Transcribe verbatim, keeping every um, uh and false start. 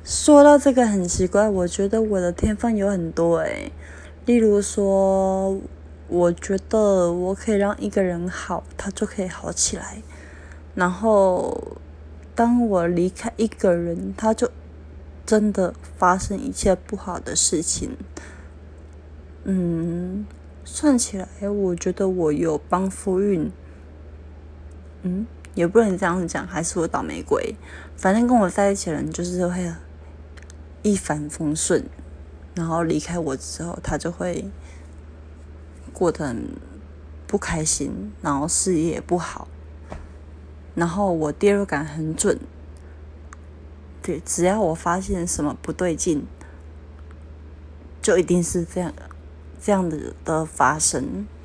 说到这个很奇怪，我觉得我的天分有很多诶，例如说，我觉得我可以让一个人好，他就可以好起来。然后，当我离开一个人，他就真的发生一切不好的事情。嗯，算起来，我觉得我有帮夫运。嗯，也不能这样讲，还是我倒霉鬼。反正跟我在一起的人就是会一帆风顺，然后离开我之后，他就会过得很不开心，然后事业也不好。然后我第六感很准，对，只要我发现什么不对劲，就一定是这样这样的的发生。